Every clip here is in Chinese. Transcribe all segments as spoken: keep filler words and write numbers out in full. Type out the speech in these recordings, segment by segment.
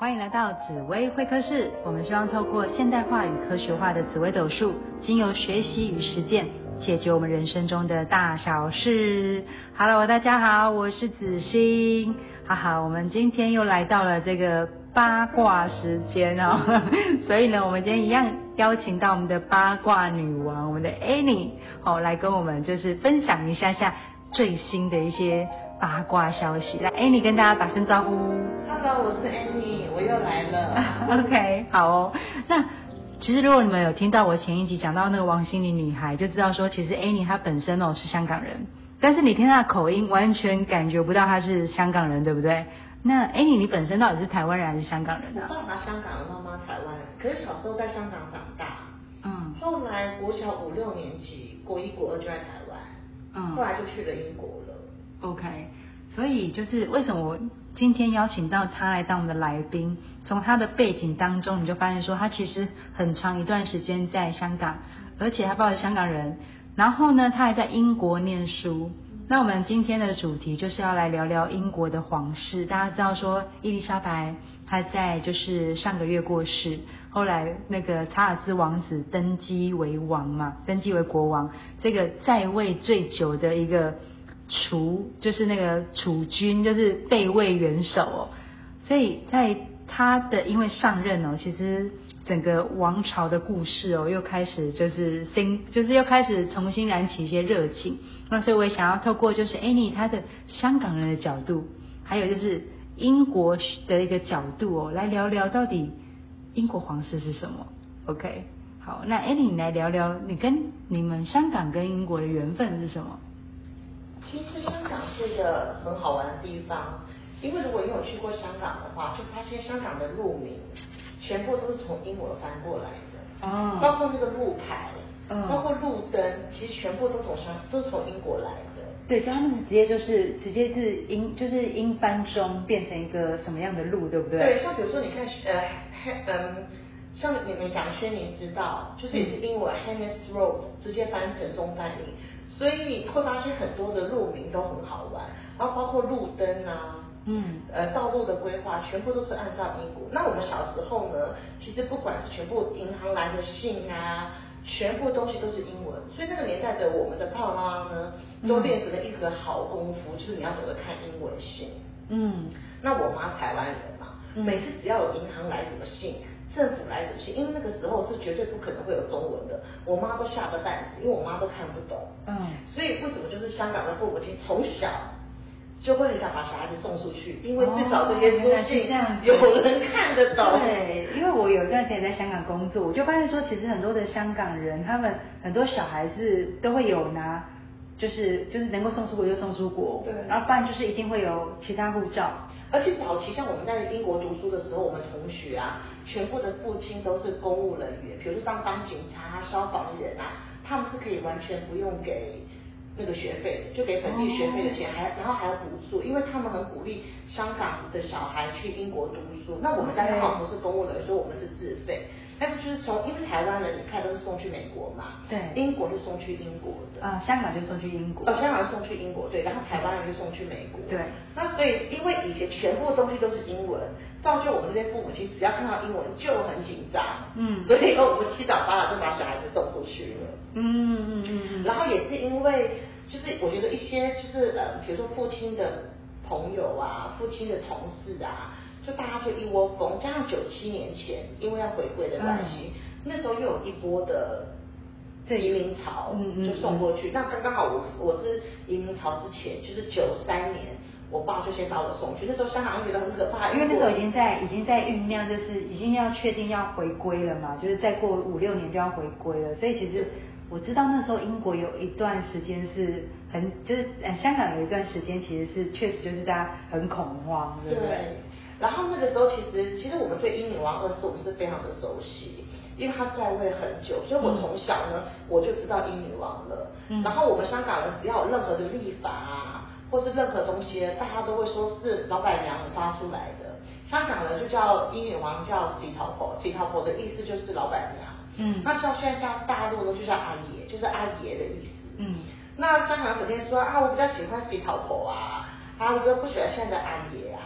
欢迎来到紫微会客室，我们希望透过现代化与科学化的紫微斗数，经由学习与实践，解决我们人生中的大小事。Hello， 大家好，我是子欣。哈哈，我们今天又来到了这个八卦时间哦，所以呢，我们今天一样邀请到我们的八卦女王，我们的 Annie 哦，来跟我们就是分享一下下最新的一些八卦消息。来 ，Annie 跟大家打声招呼。 Hello， 我是 Annie， 我又来了。 OK， 好哦。那其实如果你们有听到我前一集讲到那个王心凌女孩，就知道说其实 Annie 她本身哦是香港人，但是你听她的口音完全感觉不到她是香港人，对不对？那 Annie 你本身到底是台湾人还是香港人啊？ 我爸爸香港人，妈妈台湾人，可是小时候在香港长大， 嗯， 后来国小五六年级，国一国二就在台湾，嗯，后来就去了英国了。 OK， 所以就是为什么我今天邀请到他来当我们的来宾，从他的背景当中你就发现说他其实很长一段时间在香港，而且他爸爸是香港人，然后呢他还在英国念书。那我们今天的主题就是要来聊聊英国的皇室。大家知道说伊丽莎白她在就是上个月过世，后来那个查尔斯王子登基为王嘛，登基为国王，这个在位最久的一个储就是那个储君，就是备位元首哦。所以在他的因为上任哦，其实整个王朝的故事哦，又开始就是新，就是又开始重新燃起一些热情。那所以我也想要透过就是 Annie 她的香港人的角度，还有就是英国的一个角度哦，来聊聊到底英国皇室是什么。OK， 好，那 Annie 你来聊聊你跟你们香港跟英国的缘分是什么？ 其实香港是一个很好玩的地方，因为如果你有去过香港的话，就发现香港的路名全部都是从英国翻过来的，哦，包括那个路牌，嗯，包括路灯，其实全部都从香都是从英国来的。 对，就他们直接就是直接是英就是英翻中变成一个什么样的路，对不对？ 对，像比如说你看呃嗯，像你们讲轩尼诗道，就是也是英文 Hennes Road 直接翻成中翻英。所以你会发现很多的路名都很好玩，然后包括路灯啊，嗯，呃，道路的规划全部都是按照英国。那我们小时候呢，其实不管是全部银行来的信啊，全部东西都是英文。所以那个年代的我们的爸妈呢，都练成了一个好功夫，就是你要懂得看英文信。嗯，那我妈台湾人嘛，每次只要有银行来什么信，政府来什么信，因为那个时候是绝对不可能会有中文的，我妈都吓得半死，因为我妈都看不懂。嗯，所以为什么就是香港的父母亲从小就会很想把小孩子送出去，因为至少这些书信有人看得懂。 对，因为我有一段时间在香港工作，我就发现说，其实很多的香港人，他们很多小孩是都会有拿，就是就是能够送出国就送出国，对，然后不然就是一定会有其他护照。 而且早期像我们在英国读书的时候，我们同学啊，全部的父亲都是公务人员，比如说当当警察啊、消防员啊，他们是可以完全不用给那个学费的，就给本地学费的钱，还然后还要补助，因为他们很鼓励香港的小孩去英国读书。那我们家刚好不是公务人员，所以我们是自费。但是就是从因为台湾人你看都是送去美国嘛，对，英国是送去英国的， 啊、呃，香港就送去英国， 哦，香港送去英国，对，然后台湾人就送去美国， 对。 那所以因为以前全部东西都是英文，造就我们这些父母亲只要看到英文就很紧张，嗯，所以我们七早八早就把小孩子送出去了，嗯嗯嗯嗯，然后也是因为就是我觉得一些就是呃，比如说父亲的朋友啊，父亲的同事啊。就大家就一窝蜂，加上九七年前，因为要回归的关系，嗯、那时候又有一波的移民潮，嗯、就送过去。嗯、那刚刚好我我是移民潮之前，就是九三年，我爸就先把我送去。那时候香港人觉得很可怕， 因为那时候已经在已经在酝酿，就是已经要确定要回归了嘛，就是再过五六年就要回归了。所以其实我知道那时候英国有一段时间是很，就是呃香港有一段时间其实是确实就是大家很恐慌，对不对？ 对，然后那个时候，其实其实我们对英女王二世我们是非常的熟悉，因为她在位很久，所以我从小呢、嗯、我就知道英女王了。嗯、然后我们香港人只要有任何的立法啊，或是任何东西，大家都会说是老板娘发出来的。香港人就叫英女王叫洗头婆，洗头婆的意思就是老板娘。嗯，那叫现在叫大陆呢就叫阿爷，就是阿爷的意思。嗯，那香港人整天说啊，我比较喜欢洗头婆啊，啊，我就不喜欢现在的阿爷啊。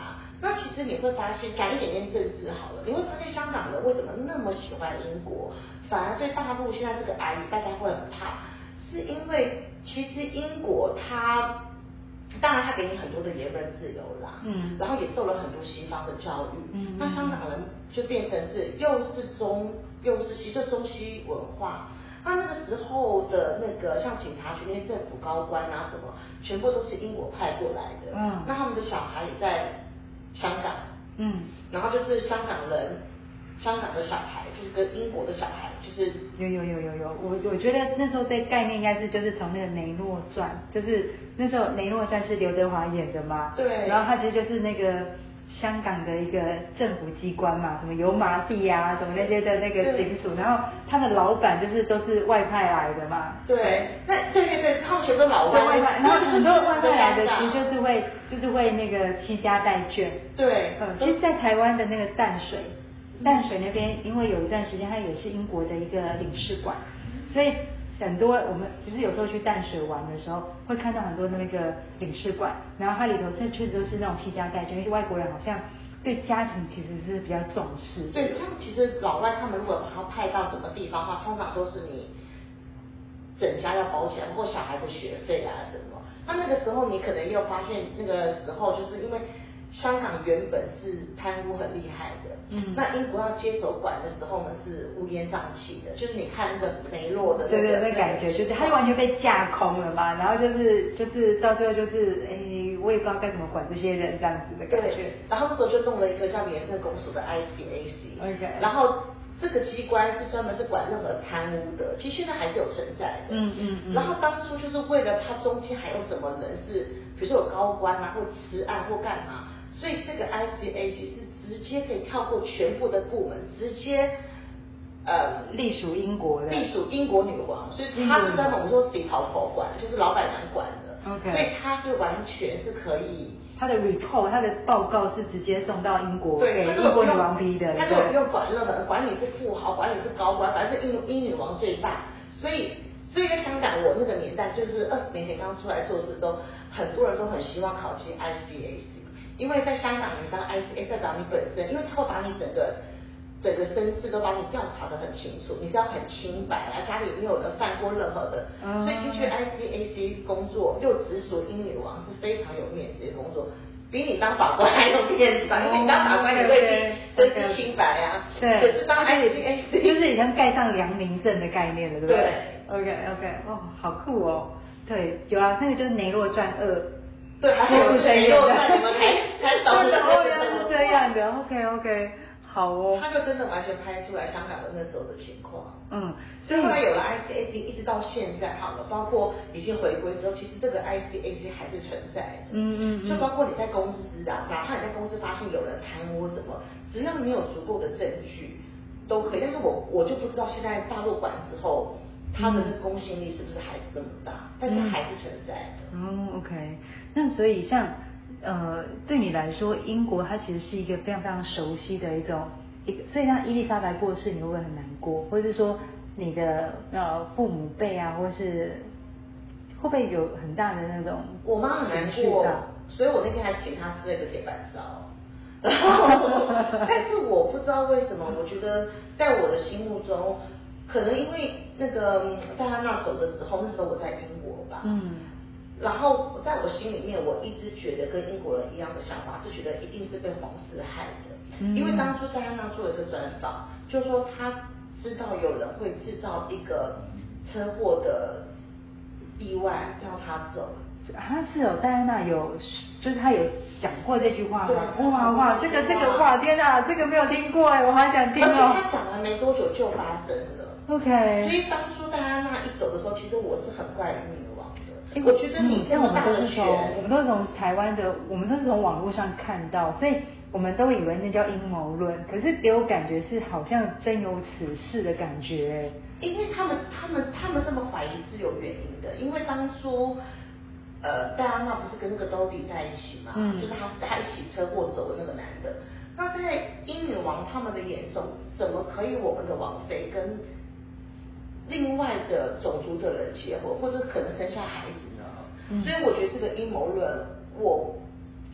那其实你会发现，讲一点点政治好了，你会发现香港人为什么那么喜欢英国，反而对大陆现在这个癌大家会很怕，是因为其实英国它。当然，他给你很多的言论自由啦，嗯，然后也受了很多西方的教育，嗯，那香港人就变成是又是中又是西，就中西文化。那那个时候的那个像警察局那些政府高官啊什么，全部都是英国派过来的，嗯，那他们的小孩也在香港，嗯，然后就是香港人，香港的小孩就是跟英国的小孩。就是有有有有有，我我觉得那时候的概念应该是就是从那个《雷诺传》，就是那时候《雷诺传》是刘德华演的嘛， 对， 然后他其实就是那个香港的一个政府机关嘛，什么油麻地啊，什么那些的那个警署，然后他的老板就是都是外派来的嘛， 对，那对对对，他们全都老外， 外派，然后很多外派来的其实就是会就是会那个惜家带眷， 对， 嗯，其实，在台湾的那个淡水。淡水那边，因为有一段时间它也是英国的一个领事馆，所以很多我们就是有时候去淡水玩的时候，会看到很多的那个领事馆，然后它里头这确实都是那种惜家带眷，因为外国人好像对家庭其实是比较重视。 对，像其实老外他们如果把他派到什么地方的话，通常都是你整家要包起来，包括小孩的学费啊什么。那那个时候你可能又发现，那个时候就是因为。香港原本是贪污很厉害的，嗯，那英国要接手管的时候呢，是乌烟瘴气的，就是你看那个梅洛的那个， 对对，那感觉就是他完全被架空了嘛，然后就是就是到最后就是哎，我也不知道该怎么管这些人这样子的感觉。 对，然后那时候就弄了一个叫廉政公署的 I C A C，OK， 然后这个机关是专门是管任何贪污的，其实现在还是有存在的，嗯嗯嗯。然后当初就是为了它中间还有什么人是，比如说有高官啊，或吃案或干嘛。所以这个 I C A C 是直接可以跳过全部的部门，直接呃隶属英国的， 隶属英国女王，所以他是专门我们说谁逃口管，就是老板娘管的。OK， 所以他是完全是可以， 他的 report 他的报告是直接送到英国， 对， 英国女王批的， 他根本不用管任何人，管你是富豪，管你是高官，反正是英英女王最大。所以，所以在香港，我那个年代就是二十年前刚出来做事，都很多人都很希望考进 I C A C。因为在香港，你当 I C A 代表你本身，因为他会把你整个整个身世都把你调查得很清楚，你是要很清白啊，家里没有人犯过任何的，嗯、所以进去 I C A C 工作又直属英女王是非常有面子的工作，比你当法官还有面子，因为你当法官你未必身世清白啊， 对， 可是当 I C A C 就是已经盖上良民证的概念了，对不对？ 对 ，OK OK， 哦，好酷哦，对，有啊，那个就是《雷诺传二》。 对，还有雷诺传，你们才才找不到哦，原来是这样的 ，OK OK， 好哦。 他就真的完全拍出来香港的那时候的情况。 嗯， 所以后来有了 I C A C， 一直到现在好了，包括已经回归之后，其实这个 I C A C 还是存在的。嗯嗯。就包括你在公司啊，哪怕你在公司发现有人贪污什么，只要你有足够的证据，都可以。但是我我就不知道现在大陆管之后。它的公信力是不是还是这么大？但是还是存在的。 哦 ，OK， 那所以像呃，对你来说，英国它其实是一个非常非常熟悉的一种一个，所以像伊丽莎白过世，你会不会很难过？或者是说你的呃父母辈啊，或是会不会有很大的那种？ 我妈很难过，所以我那天还请她吃了一个铁板烧。然后，但是我不知道为什么，我觉得在我的心目中。可能因为那个戴安娜走的时候，那时候我在英国吧，嗯，然后在我心里面，我一直觉得跟英国人一样的想法，是觉得一定是被皇室害的，嗯，因为当初戴安娜做了一个专访，就说她知道有人会制造一个车祸的意外让她走。 啊，是哦，戴安娜有，就是她有讲过这句话吗？哇哇，这个这个哇，天哪，这个没有听过哎，我好想听哦。 而且她讲完没多久就发生了。 OK， 所以当初戴安娜一走的时候，其实我是很怪英女王的。我觉得你这么大的权， 我们都是从台湾的，我们都是从网络上看到，所以我们都以为那叫阴谋论。可是给我感觉是好像真有此事的感觉。 因为他们他们他们这么怀疑是有原因的，因为当初呃戴安娜不是跟那个 Dodi 在一起嘛，嗯，就是他他一起车祸走的那个男的。那在英女王他们的眼中，怎么可以我们的王妃跟另外的种族的人结婚，或者可能生下孩子呢？嗯、所以我觉得这个阴谋论，我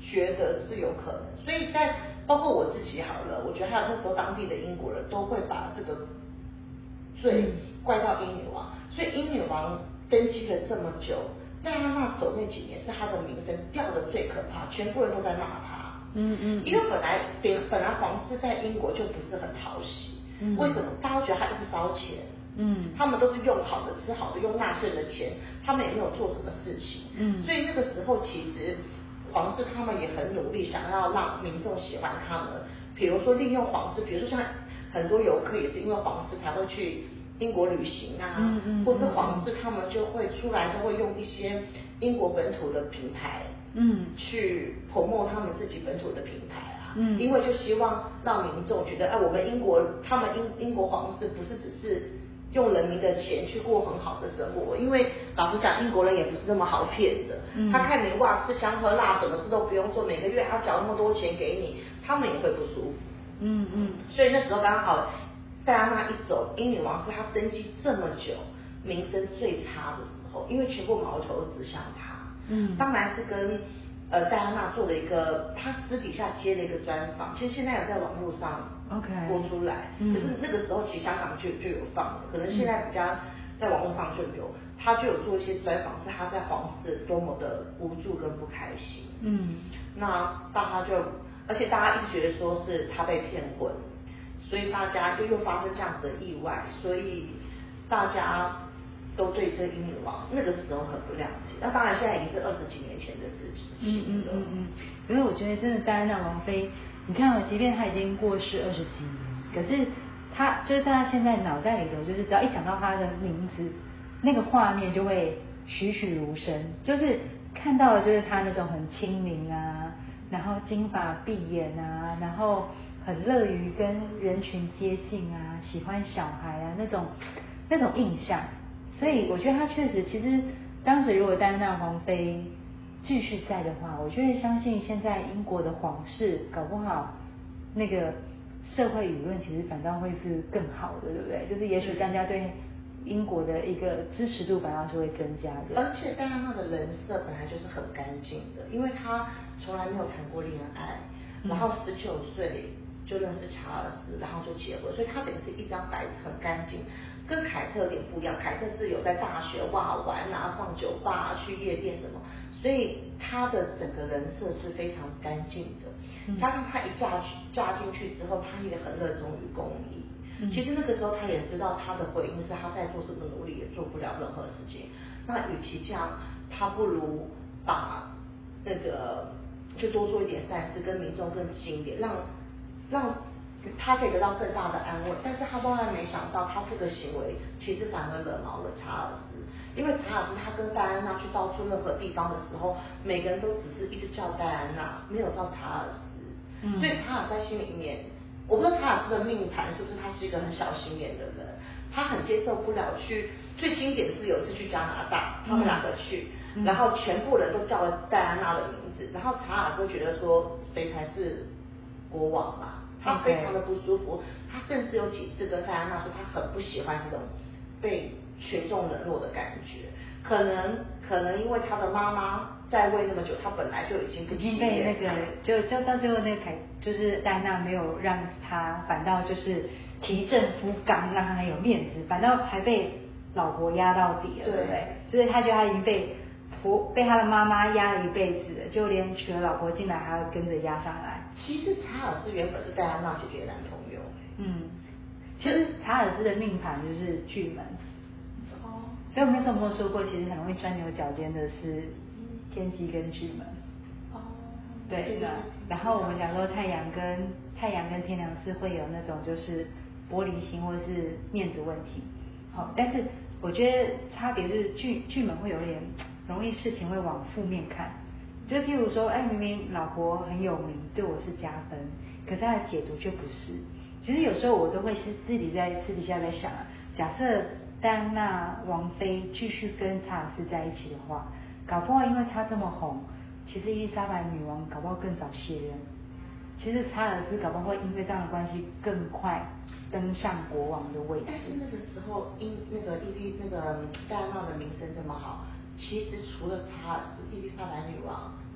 觉得是有可能，所以在包括我自己好了，我觉得还有那时候当地的英国人都会把这个罪怪到英女王，所以英女王登基了这么久，戴安娜走那几年是她的名声掉的最可怕，全部人都在骂她。 嗯嗯， 因为本来本本来皇室在英国就不是很讨喜，嗯，为什么？大家都觉得他一直烧钱，嗯，他们都是用好的吃好的，用纳税人的钱，他们也没有做什么事情，嗯，所以那个时候其实皇室他们也很努力，想要让民众喜欢他们，比如说利用皇室，比如说像很多游客也是因为皇室才会去英国旅行啊，嗯嗯，或是皇室他们就会出来都会用一些英国本土的品牌。嗯，去 promote 他们自己本土的品牌啊，嗯，因为就希望让民众觉得，哎、啊，我们英国，他们英英国皇室不是只是用人民的钱去过很好的生活，因为老实讲，英国人也不是那么好骗的，嗯，他看你哇吃香喝辣，什么事都不用做，每个月还要缴那么多钱给你，他们也会不舒服，嗯嗯，所以那时候刚好戴安娜一走，英女王是她登基这么久，名声最差的时候，因为全部矛头指向她。嗯，当然是跟呃戴安娜做了一个，她私底下接了一个专访，其实现在有在网络上 OK 播出来，嗯，可是那个时候其实香港就就有放了，可能现在比较在网络上就有，他就有做一些专访，是他在皇室多么的无助跟不开心，嗯，那大家就，而且大家一直觉得说是他被骗婚，所以大家就又发生这样子的意外，所以大家。都对这英女王那个时候很不谅解，那当然现在已经是二十几年前的事情了。嗯嗯嗯嗯。 可是我觉得真的戴安娜王妃，你看哦，即便她已经过世二十几年，可是她就是在她现在脑袋里头，就是只要一想到她的名字，那个画面就会栩栩如生，就是看到的就是她那种很亲民啊，然后金发碧眼啊，然后很乐于跟人群接近啊，喜欢小孩啊那种那种印象。所以我觉得他确实，其实当时如果戴安娜王妃继续在的话，我就会相信现在英国的皇室搞不好那个社会舆论其实反倒会是更好的，对不对？就是也许大家对英国的一个支持度反倒是会增加的。 而且戴安娜的人设本来就是很干净的，因为她从来没有谈过恋爱，然后十九岁就认识查尔斯，然后就结婚，所以她等于是一张白纸，很干净。跟凯特有点不一样，凯特是有在大学哇玩啊，上酒吧啊，去夜店什么，所以她的整个人设是非常干净的。嗯、加上她一嫁去嫁进去之后，她也很热衷于公益。嗯、其实那个时候她也知道她的回应是她在做什么努力也做不了任何事情。那与其这样，她不如把那个就多做一点善事，跟民众更近一点，让让。他可以得到更大的安慰，但是他万万没想到，他这个行为其实反而惹毛了查尔斯，因为查尔斯他跟戴安娜去到处任何地方的时候，每个人都只是一直叫戴安娜，没有叫查尔斯，嗯、所以查尔斯在心里面，我不知道查尔斯的命盘是不是他是一个很小心眼的人，他很接受不了去，最经典的是有一次去加拿大，他们两个去，嗯、然后全部人都叫了戴安娜的名字，然后查尔斯觉得说谁才是国王嘛。他非常的不舒服，他甚至有几次跟戴安娜说，他很不喜欢这种被群众冷落的感觉。可能可能因为他的妈妈在位那么久，他本来就已经不起眼， 被那个就就到最后那个凯就是戴安娜没有让他，反倒就是提振夫纲，让他很有面子，反倒还被老婆压到底了， 对, 对不对？就是他觉得他已经被婆被他的妈妈压了一辈子了，就连娶了老婆进来还要跟着压上来。 其实查尔斯原本是戴安娜姐姐的男朋友。嗯， 其实查尔斯的命盘就是巨门。哦。所以我们那时候有没有说过，其实很容易钻牛角尖的是天机跟巨门。哦。对，那然后我们讲说太阳跟太阳跟天梁是会有那种就是玻璃心或是面子问题。好，但是我觉得差别是巨巨门会有点容易事情会往负面看。就譬如说，哎，明明老婆很有名，对我是加分，可是他的解读却不是。其实有时候我都会是自己在私底下在想啊，假设戴安娜王妃继续跟查尔斯在一起的话，搞不好因为他这么红，其实伊丽莎白女王搞不好更早卸任。其实查尔斯搞不好会因为这样的关系更快登上国王的位置。 但是那个时候，因那个伊丽那个戴安娜的名声这么好。其实除了查尔斯，伊丽莎白女王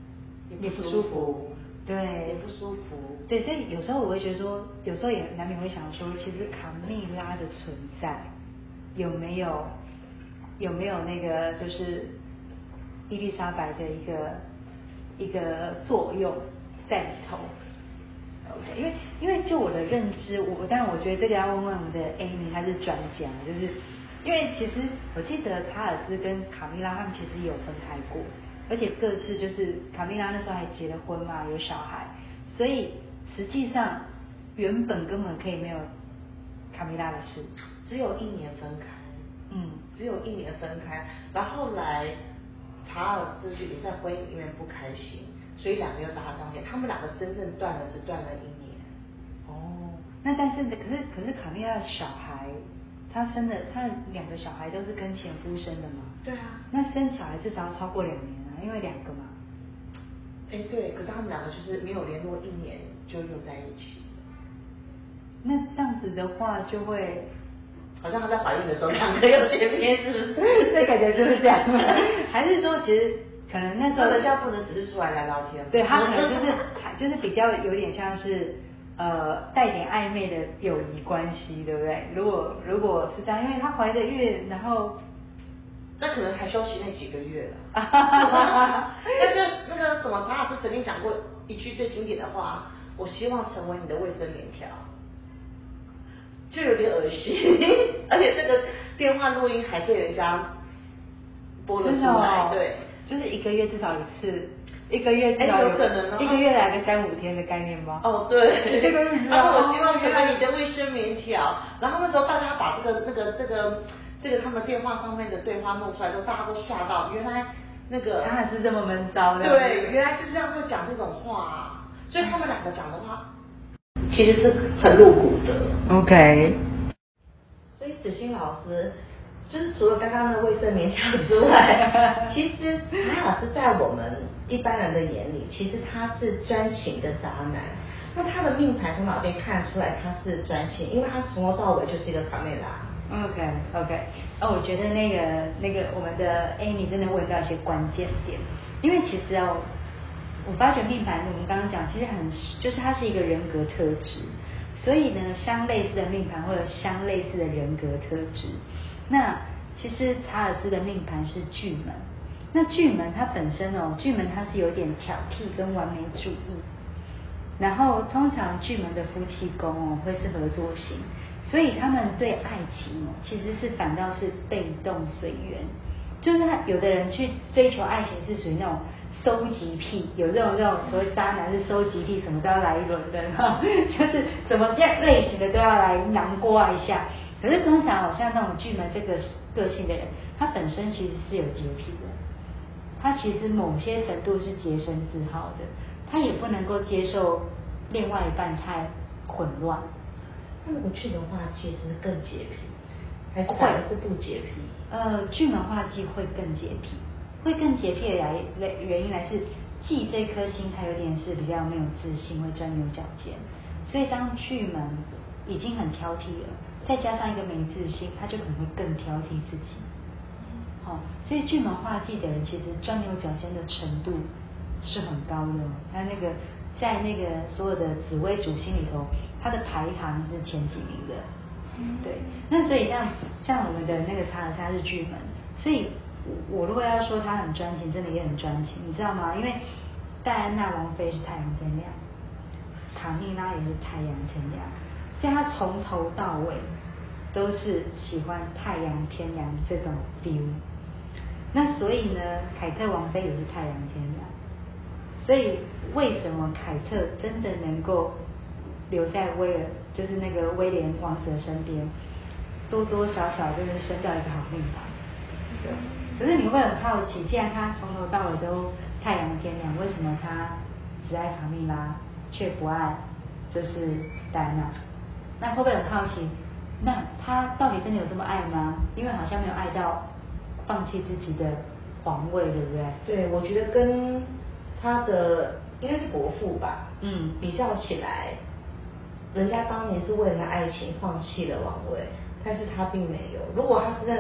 也不舒服，对， 也不舒服， 对，所以有时候我会觉得说，有时候也难免会想说，其实卡蜜拉的存在有没有有没有那个就是伊丽莎白的一个一个作用在里头。OK， 因为因为就我的认知，我当然我觉得这个要问问我们的 Amy， 她是专家，就是因为其实我记得查尔斯跟卡蜜拉他们其实也有分开过，而且各自就是卡蜜拉那时候还结了婚嘛，有小孩，所以实际上原本根本可以没有卡蜜拉的事， 只有一年分开， 嗯， 只有一年分开，然后后来查尔斯也在婚姻里面不开心，所以两个又搭上线，他们两个真正断了只断了一年。 哦，那但是可是可是卡蜜拉的小孩，他生的他两个小孩都是跟前夫生的嘛？ 对啊。 那生小孩至少要超过两年啊，因为两个嘛。 哎，对，可是他们两个就是没有联络一年就又在一起。 那这样子的话就会， 好像她在怀孕的时候两个又见面，是不是？ 这感觉就是这样，还是说其实可能那时候人家不能只是出来聊聊天， 对他可能就是就是比较有点像是呃带点暧昧的友谊关系，对不对？如果如果是这样，因为她怀着孕，然后那可能还休息那几个月了。但是那个什么，查尔斯曾经讲过一句最经典的话：我希望成为你的卫生棉条。就有点恶心，而且这个电话录音还被人家播了出来，哦、对， 就是一个月至少一次，一个月至少有可能、哦、 一个月来个三五天的概念吧。 哦，对， 这个日子。 然后我希望成为你的卫生棉条，然后那时候大家把这个那个这个这个他们电话上面的对话弄出来之后，大家都吓到，原来那个他还是这么闷骚的。 对，原来是这样会讲这种话、啊，所以他们两个讲的话。其实是很露骨的 ，OK。 所以子欣老师，就是除了刚刚的卫生棉条之外，其实查尔斯在我们一般人的眼里，其实他是专情的渣男。那他的命盘从哪边看出来他是专情？因为他从头到尾就是一个卡梅拉。 OK OK， 哦，我觉得那个那个我们的 Amy 真的问到一些关键点，因为其实哦。我发觉命盘，我们刚刚讲，其实很就是它是一个人格特质，所以呢，相类似的命盘会有相类似的人格特质。那其实查尔斯的命盘是巨门，那巨门它本身哦，巨门它是有点挑剔跟完美主义，然后通常巨门的夫妻宫哦会是合作型，所以他们对爱情哦其实是反倒是被动随缘，就是他有的人去追求爱情是属于那种。收集癖，有这种这种所谓渣男是收集癖，什么都要来一轮的，就是什么样类型的都要来囊括一下。可是通常好像那种巨门这个个性的人，他本身其实是有洁癖的，他其实某些程度是洁身自好的，他也不能够接受另外一半太混乱。 那如果巨门化忌是更洁癖，还是反而是不洁癖？ 呃，巨门化忌会更洁癖。会更洁癖的来原因来是忌这颗星，它有点是比较没有自信，会钻牛角尖，所以当巨门已经很挑剔了，再加上一个没自信，他就可能会更挑剔自己。好、哦，所以巨门化忌的人其实钻牛角尖的程度是很高的，他那个在那个所有的紫微主星里头，他的排行是前几名的。嗯、对，那所以像像我们的那个查尔斯他是巨门，所以。我如果要说他很专情，真的也很专情，你知道吗？因为戴安娜王妃是太阳天梁，卡蜜拉也是太阳天梁，所以他从头到尾都是喜欢太阳天梁这种 feel。那所以呢，凯特王妃也是太阳天梁，所以为什么凯特真的能够留在威尔，就是那个威廉王子的身边，多多少少真的生到一个好命盘。对。可是你会很好奇，既然他从头到尾都太阳天梁，为什么他只爱卡蜜拉，却不爱就是戴安娜？那会不会很好奇，那他到底真的有这么爱吗？因为好像没有爱到放弃自己的皇位，对不对？ 对，我觉得跟他的应该是伯父吧，嗯，比较起来，人家当年是为了爱情放弃了王位，但是他并没有。如果他真的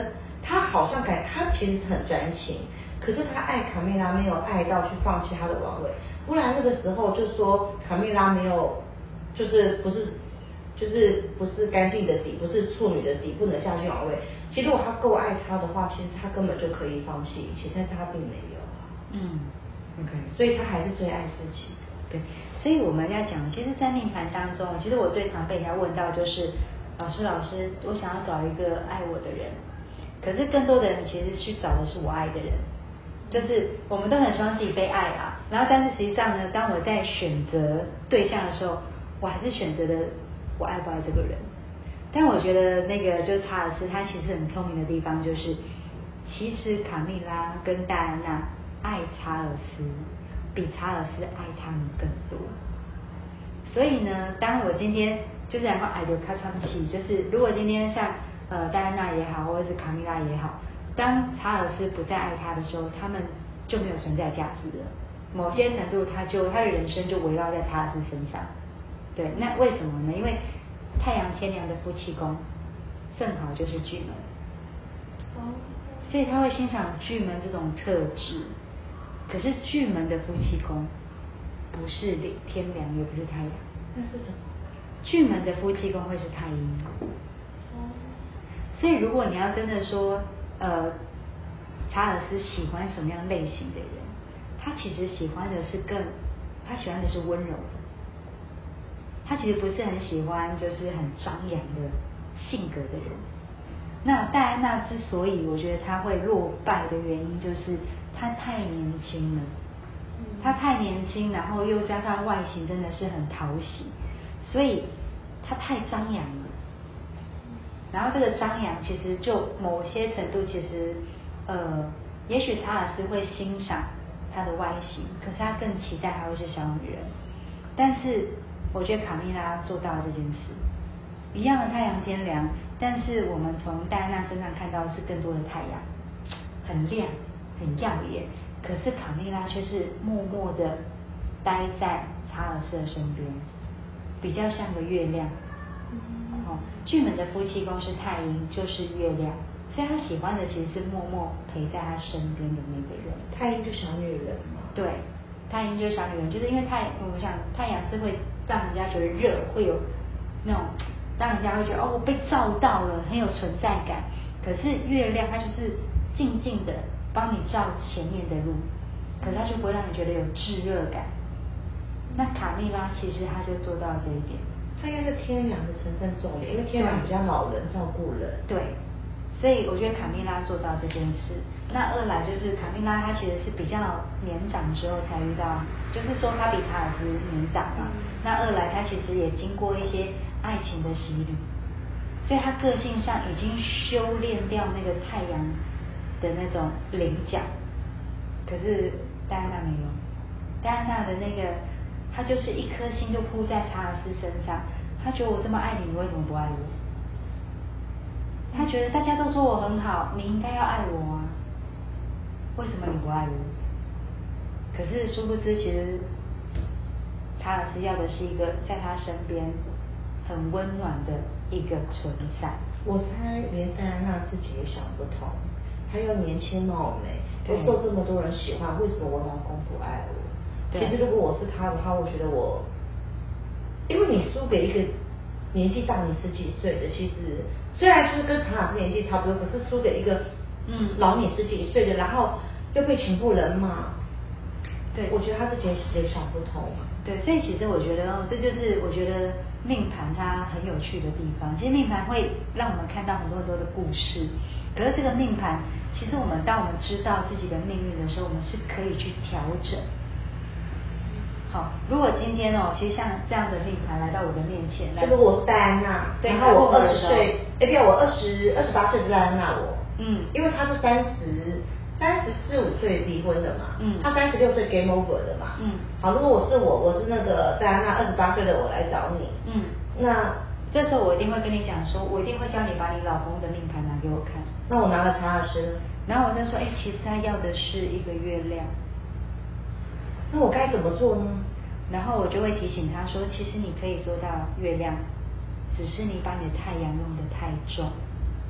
他好像感他其实很专情，可是他爱卡蜜拉没有爱到去放弃他的王位，不然那个时候就说卡蜜拉没有，就是不是就是不是干净的底，不是处女的底，不能嫁进王位。其实如果他够爱他的话，其实他根本就可以放弃一切，但是他并没有。 嗯 OK， 所以他还是最爱自己的。 对，所以我们要讲，其实，在命盘当中，其实我最常被人家问到就是，老师，老师，我想要找一个爱我的人，可是更多的人其实去找的是我爱的人，就是我们都很希望自己被爱啊，然后但是实际上呢，当我在选择对象的时候，我还是选择的我爱不爱这个人。但我觉得那个就查尔斯他其实很聪明的地方就是，其实卡蜜拉跟戴安娜爱查尔斯比查尔斯爱他们更多。所以呢，当我今天就是然后爱就咔嚓起，就是如果今天像呃戴安娜也好，或者是卡蜜拉也好，当查尔斯不再爱他的时候，他们就没有存在价值了。某些程度，他就他的人生就围绕在查尔斯身上。对，那为什么呢？因为太阳天梁的夫妻宫正好就是巨门，哦，所以他会欣赏巨门这种特质。可是巨门的夫妻宫不是天梁，也不是太阳， 那是什么？ 巨门的夫妻宫会是太阴。哦，所以如果你要真的说，呃，查尔斯喜欢什么样类型的人，他其实喜欢的是更，他喜欢的是温柔的。他其实不是很喜欢就是很张扬的性格的人。那戴安娜之所以我觉得她会落败的原因，就是她太年轻了。她太年轻，然后又加上外形真的是很讨喜，所以她太张扬了。然后这个张扬其实就某些程度，其实呃，也许查尔斯会欣赏她的外形，可是他更期待她会是小女人。但是我觉得卡蜜拉做到了这件事，一样的太阳天梁，但是我们从戴安娜身上看到的是更多的太阳，很亮很耀眼，可是卡蜜拉却是默默的待在查尔斯的身边，比较像个月亮。哦，巨门的夫妻宫是太阴，就是月亮，所以他喜欢的其实是默默陪在他身边的那个人。 太阴就小女人嘛。 对，太阴就是小女人，就是因为太，我想太阳是会让人家觉得热，会有那种让人家会觉得哦，我被照到了，很有存在感。可是月亮它就是静静的帮你照前面的路，可是它就不会让你觉得有炙热感。那卡蜜拉其实她就做到这一点。 它应该是天梁的成分重一点，因为天梁比较老人，照顾人。 对，所以我觉得卡蜜拉做到这件事。那二来就是卡蜜拉她其实是比较年长之后才遇到，就是说她比查尔斯年长嘛。嗯、那二来她其实也经过一些爱情的洗礼，所以她个性上已经修炼掉那个太阳的那种棱角。可是戴安娜没有，戴安娜的那个。他就是一颗心就扑在查尔斯身上，他觉得我这么爱你，你为什么不爱我？他觉得大家都说我很好，你应该要爱我啊，为什么你不爱我？可是殊不知，其实查尔斯要的是一个在他身边很温暖的一个存在。 我猜连戴安娜自己也想不通，还有年轻貌美，我受这么多人喜欢，为什么我老公不爱我？其实如果我是他的话，我觉得我，因为你输给一个年纪大你十几岁的，其实虽然就是跟查尔斯年纪差不多，可是输给一个嗯老你十几岁的，然后又被全部人骂， 对， 我觉得他自己也想不通。 对，所以其实我觉得哦，这就是我觉得命盘它很有趣的地方。其实命盘会让我们看到很多很多的故事，可是这个命盘，其实我们当我们知道自己的命运的时候，我们是可以去调整。好，如果今天哦，其实像这样的命盘来到我的面前， 就如果我是戴安娜，然后我二十岁，哎，不要，我二十二十八岁是戴安娜我，嗯，因为他是三十三十四五岁离婚的嘛，嗯，他三十六岁 game over 的嘛，嗯，好，如果我是我，我是那个戴安娜二十八岁的我来找你，嗯，那这时候我一定会跟你讲说，我一定会叫你把你老公的命盘拿给我看。 那我拿了查尔斯， 然后我就说，哎，其实他要的是一个月亮。 那我该怎么做呢？ 然后我就会提醒他说，其实你可以做到月亮，只是你把你的太阳用得太重。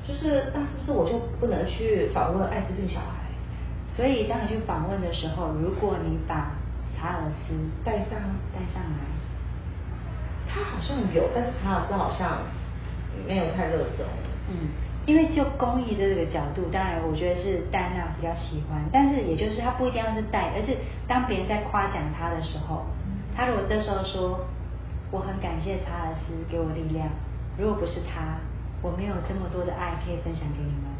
就是那是不是我就不能去访问艾滋病小孩？ 所以当你去访问的时候，如果你把查尔斯带上带上来， 他好像有，但是查尔斯好像没有太热衷。 嗯，因为就公益的这个角度，当然我觉得是戴安娜比较喜欢，但是也就是他不一定要是戴，而是当别人在夸奖他的时候，他如果这时候说我很感谢查尔斯给我力量，如果不是他，我没有这么多的爱可以分享给你们。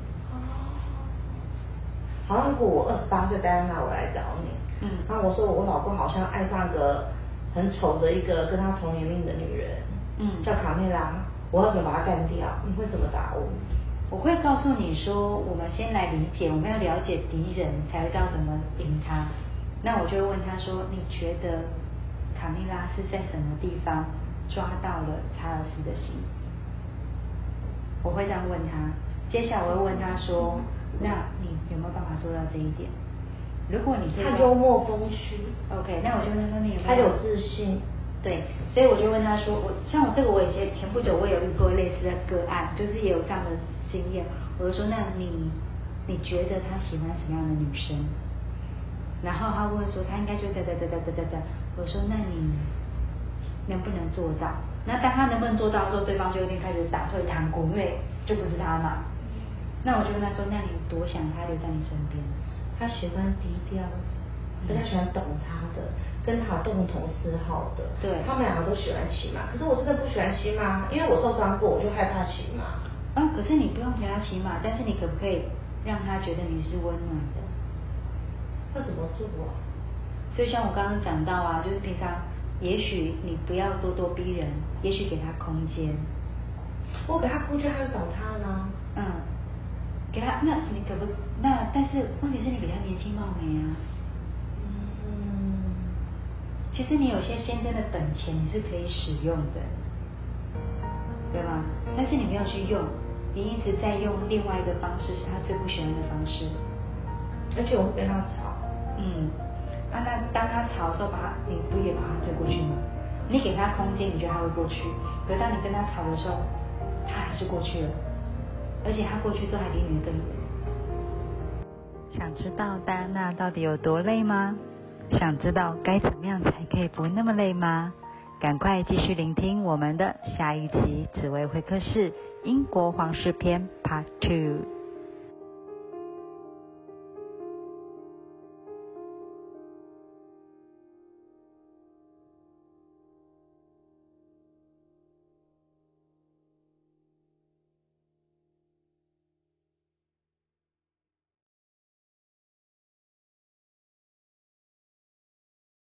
好像如果我二十八岁戴安娜我来找你，嗯，然后我说我老公好像爱上个很丑的一个跟他同年龄的女人，嗯，叫卡梅拉，我要怎么把她干掉？你会怎么答我？ 我会告诉你说，我们先来理解，我们要了解敌人，才会知道怎么赢他。那我就会问他说，你觉得卡米拉是在什么地方抓到了查尔斯的心？我会这样问他。接下来我会问他说，那你有没有办法做到这一点？如果你他幽默风趣 ，OK， 那我就问他，你有没有？ 他有自信。 对，所以我就问他说，我像我这个我以前前不久我有遇过类似的个案，就是也有这样的经验。我就说，那你你觉得他喜欢什么样的女生？然后他问说，他应该就哒哒哒哒哒哒哒。我说，那你能不能做到？那当他能不能做到的时候，对方就有点开始打退堂鼓，因为就不是他嘛。那我就问他说，那你多想他留在你身边？ 他喜欢低调，大家喜欢懂他的，跟他共同嗜好的。 对， 他们两个都喜欢骑马，可是我真的不喜欢骑马，因为我受伤过，我就害怕骑马。 啊，可是你不用陪他骑马，但是你可不可以让他觉得你是温暖的？ 那怎么做啊？ 所以像我刚刚讲到啊，就是平常也许你不要咄咄逼人，也许给他空间。 我给他空间，他就找他呢。 嗯，给他，那你可不那？但是问题是你比他年轻貌美啊。 嗯。 其实你有些先生的本钱你是可以使用的，对吧？但是你没有去用，你一直在用另外一个方式，是他最不喜欢的方式。 而且我会跟他吵。 嗯，啊，那当他吵的时候，把他，你不也把他推过去吗？你给他空间，你觉得他会过去？可是当你跟他吵的时候，他还是过去了，而且他过去之后还离你更远。想知道戴安娜到底有多累吗？想知道该怎么样才可以不那么累吗？赶快继续聆听我们的下一集紫薇会客室英国皇室篇 Part Two。